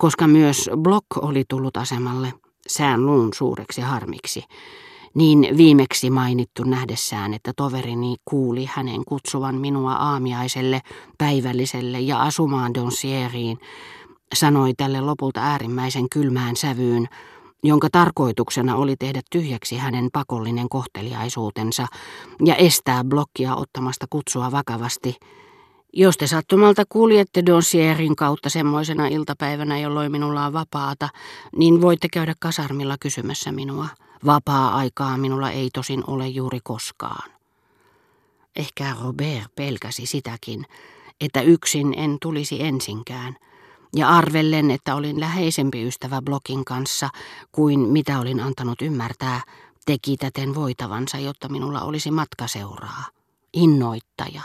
koska myös Block oli tullut asemalle, sään luun suureksi harmiksi, niin viimeksi mainittu nähdessään, että toverini kuuli hänen kutsuvan minua aamiaiselle, päivälliselle ja asumaan Doncieriin, sanoi tälle lopulta äärimmäisen kylmään sävyyn, jonka tarkoituksena oli tehdä tyhjäksi hänen pakollinen kohteliaisuutensa ja estää Blockia ottamasta kutsua vakavasti. Jos te sattumalta kuljette Doncierin kautta semmoisena iltapäivänä, jolloin minulla on vapaata, niin voitte käydä kasarmilla kysymässä minua. Vapaa-aikaa minulla ei tosin ole juuri koskaan. Ehkä Robert pelkäsi sitäkin, että yksin en tulisi ensinkään, ja arvellen, että olin läheisempi ystävä Blockin kanssa kuin mitä olin antanut ymmärtää, teki täten voitavansa, jotta minulla olisi matkaseuraa, innoittaja.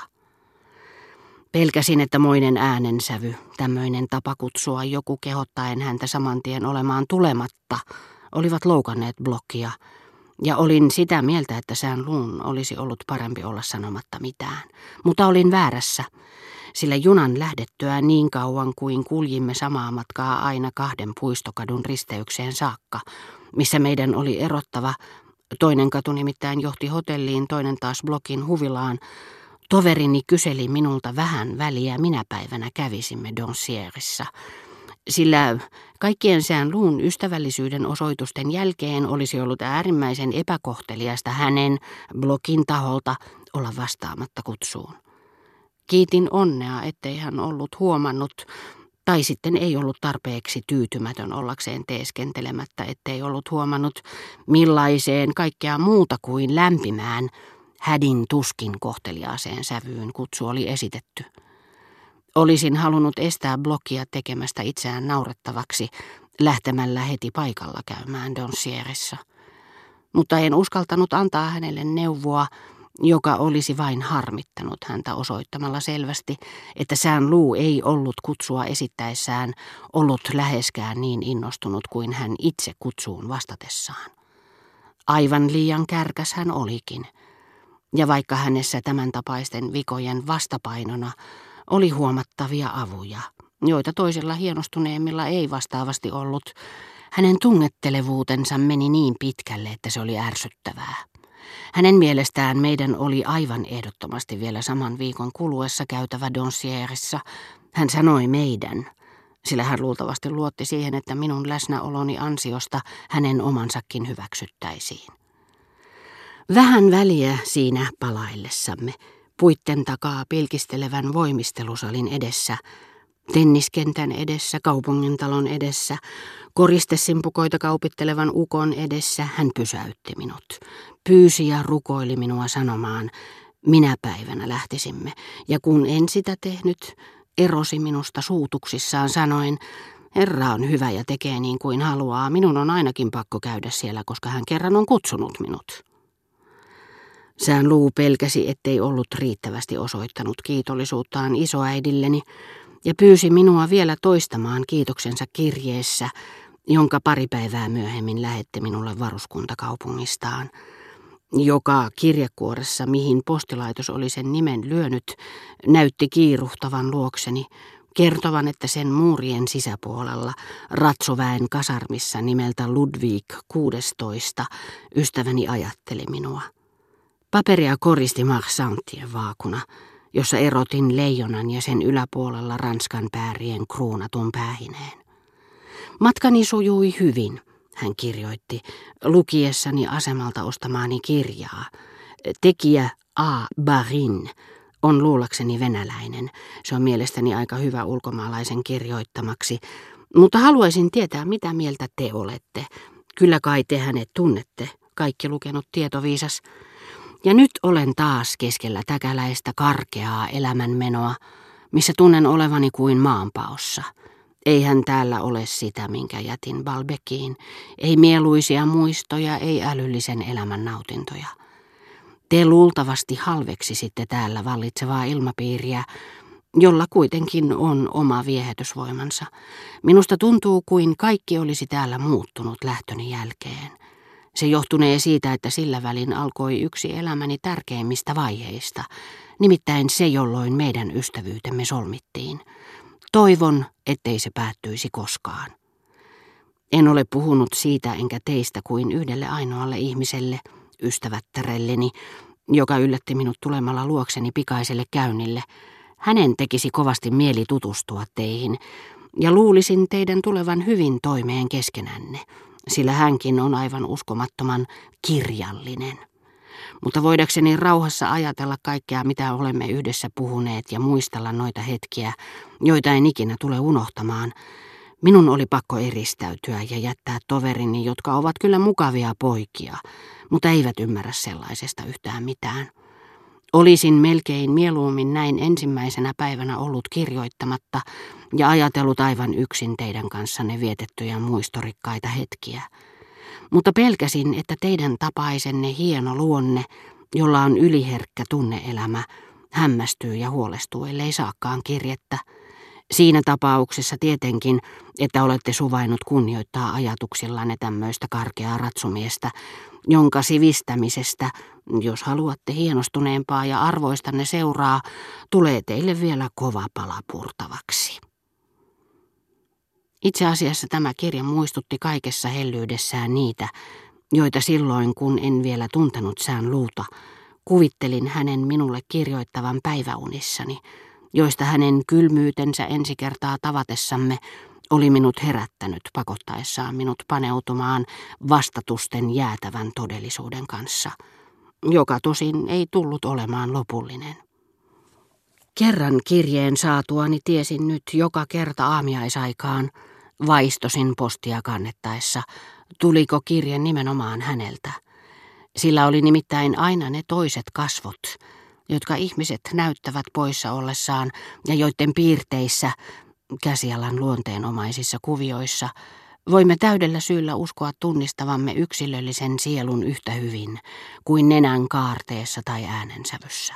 Pelkäsin, että moinen äänensävy, tämmöinen tapa kutsua joku kehottaen häntä samantien olemaan tulematta, olivat loukanneet Blockia, ja olin sitä mieltä, että Saint-Loun olisi ollut parempi olla sanomatta mitään. Mutta olin väärässä, sillä junan lähdettyä niin kauan kuin kuljimme samaa matkaa aina 2 puistokadun risteykseen saakka, missä meidän oli erottava, toinen katu nimittäin johti hotelliin, toinen taas Blockin huvilaan, toverini kyseli minulta vähän väliä, minä päivänä kävisimme Doncierissa, sillä kaikkien Saint-Loun ystävällisyyden osoitusten jälkeen olisi ollut äärimmäisen epäkohteliasta hänen, Blockin taholta, olla vastaamatta kutsuun. Kiitin onnea, ettei hän ollut huomannut, tai sitten ei ollut tarpeeksi tyytymätön ollakseen teeskentelemättä, ettei ollut huomannut, millaiseen kaikkea muuta kuin lämpimään, hädin tuskin kohteliaaseen sävyyn kutsu oli esitetty. Olisin halunnut estää Blockia tekemästä itseään naurettavaksi lähtemällä heti paikalla käymään Doncierissa, mutta en uskaltanut antaa hänelle neuvoa, joka olisi vain harmittanut häntä osoittamalla selvästi, että Saint-Lou ei ollut kutsua esittäessään ollut läheskään niin innostunut kuin hän itse kutsuun vastatessaan. Aivan liian kärkäs hän olikin, ja vaikka hänessä tämän tapaisten vikojen vastapainona oli huomattavia avuja, joita toisilla hienostuneemmilla ei vastaavasti ollut, hänen tungettelevuutensa meni niin pitkälle, että se oli ärsyttävää. Hänen mielestään meidän oli aivan ehdottomasti vielä saman viikon kuluessa käytävä Doncierissa. Hän sanoi meidän, sillä hän luultavasti luotti siihen, että minun läsnäoloni ansiosta hänen omansakin hyväksyttäisiin. Vähän väliä siinä palaillessamme, puitten takaa pilkistelevän voimistelusalin edessä, tenniskentän edessä, kaupungintalon edessä, koristesimpukoita kaupittelevan ukon edessä, hän pysäytti minut. Pyysi ja rukoili minua sanomaan, minä päivänä lähtisimme, ja kun en sitä tehnyt, erosi minusta suutuksissaan sanoen, Herra on hyvä ja tekee niin kuin haluaa, minun on ainakin pakko käydä siellä, koska hän kerran on kutsunut minut. Saint-Lou pelkäsi, ettei ollut riittävästi osoittanut kiitollisuuttaan isoäidilleni, ja pyysi minua vielä toistamaan kiitoksensa kirjeessä, jonka 2 päivää myöhemmin lähetti minulle varuskuntakaupungistaan, joka kirjekuoressa, mihin postilaitos oli sen nimen lyönyt, näytti kiiruhtavan luokseni, kertovan, että sen muurien sisäpuolella, ratsuväen kasarmissa nimeltä Ludwig 16, ystäväni ajatteli minua. Paperia koristi Marchantien vaakuna, jossa erotin leijonan ja sen yläpuolella Ranskan päärien kruunatun päähineen. Matkani sujui hyvin, hän kirjoitti, lukiessani asemalta ostamaani kirjaa. Tekijä A. Barin on luulakseni venäläinen. Se on mielestäni aika hyvä ulkomaalaisen kirjoittamaksi, mutta haluaisin tietää, mitä mieltä te olette. Kyllä kai te hänet tunnette, kaikki lukenut tietoviisas. Ja nyt olen taas keskellä täkäläistä karkeaa elämänmenoa, missä tunnen olevani kuin maanpaossa. Eihän täällä ole sitä, minkä jätin Balbeciin, ei mieluisia muistoja, ei älyllisen elämän nautintoja. Te luultavasti halveksisitte täällä vallitsevaa ilmapiiriä, jolla kuitenkin on oma viehätysvoimansa. Minusta tuntuu, kuin kaikki olisi täällä muuttunut lähtöni jälkeen. Se johtunee siitä, että sillä välin alkoi yksi elämäni tärkeimmistä vaiheista, nimittäin se, jolloin meidän ystävyytemme solmittiin. Toivon, ettei se päättyisi koskaan. En ole puhunut siitä enkä teistä kuin yhdelle ainoalle ihmiselle, ystävättärelleni, joka yllätti minut tulemalla luokseni pikaiselle käynnille. Hänen tekisi kovasti mieli tutustua teihin, ja luulisin teidän tulevan hyvin toimeen keskenänne, sillä hänkin on aivan uskomattoman kirjallinen. Mutta voidakseni rauhassa ajatella kaikkea, mitä olemme yhdessä puhuneet ja muistella noita hetkiä, joita en ikinä tule unohtamaan, minun oli pakko eristäytyä ja jättää toverini, jotka ovat kyllä mukavia poikia, mutta eivät ymmärrä sellaisesta yhtään mitään. Olisin melkein mieluummin näin ensimmäisenä päivänä ollut kirjoittamatta ja ajatellut aivan yksin teidän kanssanne vietettyjä muistorikkaita hetkiä. Mutta pelkäsin, että teidän tapaisenne hieno luonne, jolla on yliherkkä tunneelämä, hämmästyy ja huolestuu, ellei saakaan kirjettä. Siinä tapauksessa tietenkin, että olette suvainnut kunnioittaa ajatuksillanne tämmöistä karkeaa ratsumiestä, jonka sivistämisestä, jos haluatte hienostuneempaa ja arvoistanne seuraa, tulee teille vielä kova pala purtavaksi. Itse asiassa tämä kirja muistutti kaikessa hellyydessään niitä, joita silloin, kun en vielä tuntenut sään luuta, kuvittelin hänen minulle kirjoittavan päiväunissani, joista hänen kylmyytensä ensi kertaa tavatessamme oli minut herättänyt pakottaessaan minut paneutumaan vastatusten jäätävän todellisuuden kanssa, joka tosin ei tullut olemaan lopullinen. Kerran kirjeen saatuani tiesin nyt joka kerta aamiaisaikaan, vaistosin postia kannettaessa, tuliko kirje nimenomaan häneltä. Sillä oli nimittäin aina ne toiset kasvot, jotka ihmiset näyttävät poissa ollessaan ja joiden piirteissä, käsialan luonteenomaisissa kuvioissa, voimme täydellä syyllä uskoa tunnistavamme yksilöllisen sielun yhtä hyvin kuin nenän kaarteessa tai äänensävyssä.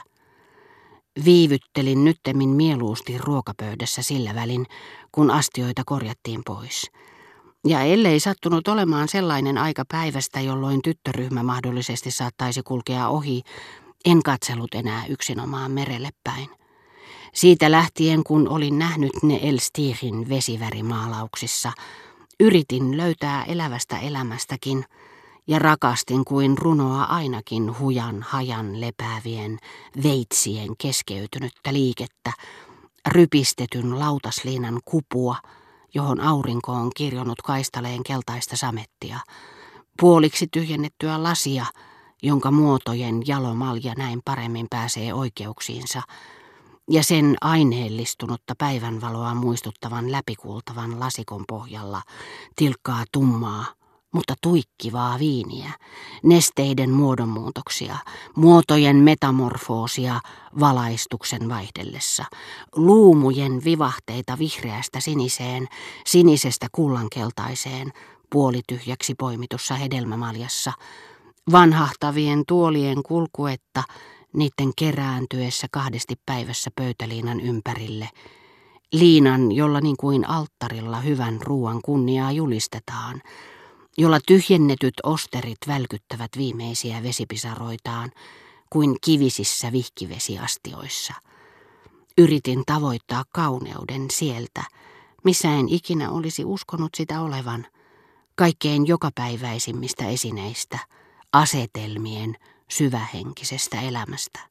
Viivyttelin nyttemmin mieluusti ruokapöydässä sillä välin, kun astioita korjattiin pois. Ja ellei sattunut olemaan sellainen aika päivästä, jolloin tyttöryhmä mahdollisesti saattaisi kulkea ohi, en katsellut enää yksinomaan merelle päin. Siitä lähtien, kun olin nähnyt ne Elstirin vesivärimaalauksissa, yritin löytää elävästä elämästäkin ja rakastin kuin runoa ainakin hujan hajan lepäävien veitsien keskeytynyttä liikettä, rypistetyn lautasliinan kupua, johon aurinko on kirjonnut kaistaleen keltaista samettia, puoliksi tyhjennettyä lasia, jonka muotojen jalomalja näin paremmin pääsee oikeuksiinsa, ja sen aineellistunutta päivänvaloa muistuttavan läpikultavan lasikon pohjalla tilkkaa tummaa, mutta tuikkivaa viiniä, nesteiden muodonmuutoksia, muotojen metamorfoosia valaistuksen vaihdellessa, luumujen vivahteita vihreästä siniseen, sinisestä kullankeltaiseen, puolityhjäksi poimitussa hedelmämaljassa, vanhahtavien tuolien kulkuetta, niiden kerääntyessä 2 päivässä pöytäliinan ympärille, liinan, jolla niin kuin alttarilla hyvän ruoan kunniaa julistetaan, jolla tyhjennetyt osterit välkyttävät viimeisiä vesipisaroitaan kuin kivisissä vihkivesiastioissa. Yritin tavoittaa kauneuden sieltä, missä en ikinä olisi uskonut sitä olevan, kaikkein jokapäiväisimmistä esineistä, asetelmien syvähenkisestä elämästä.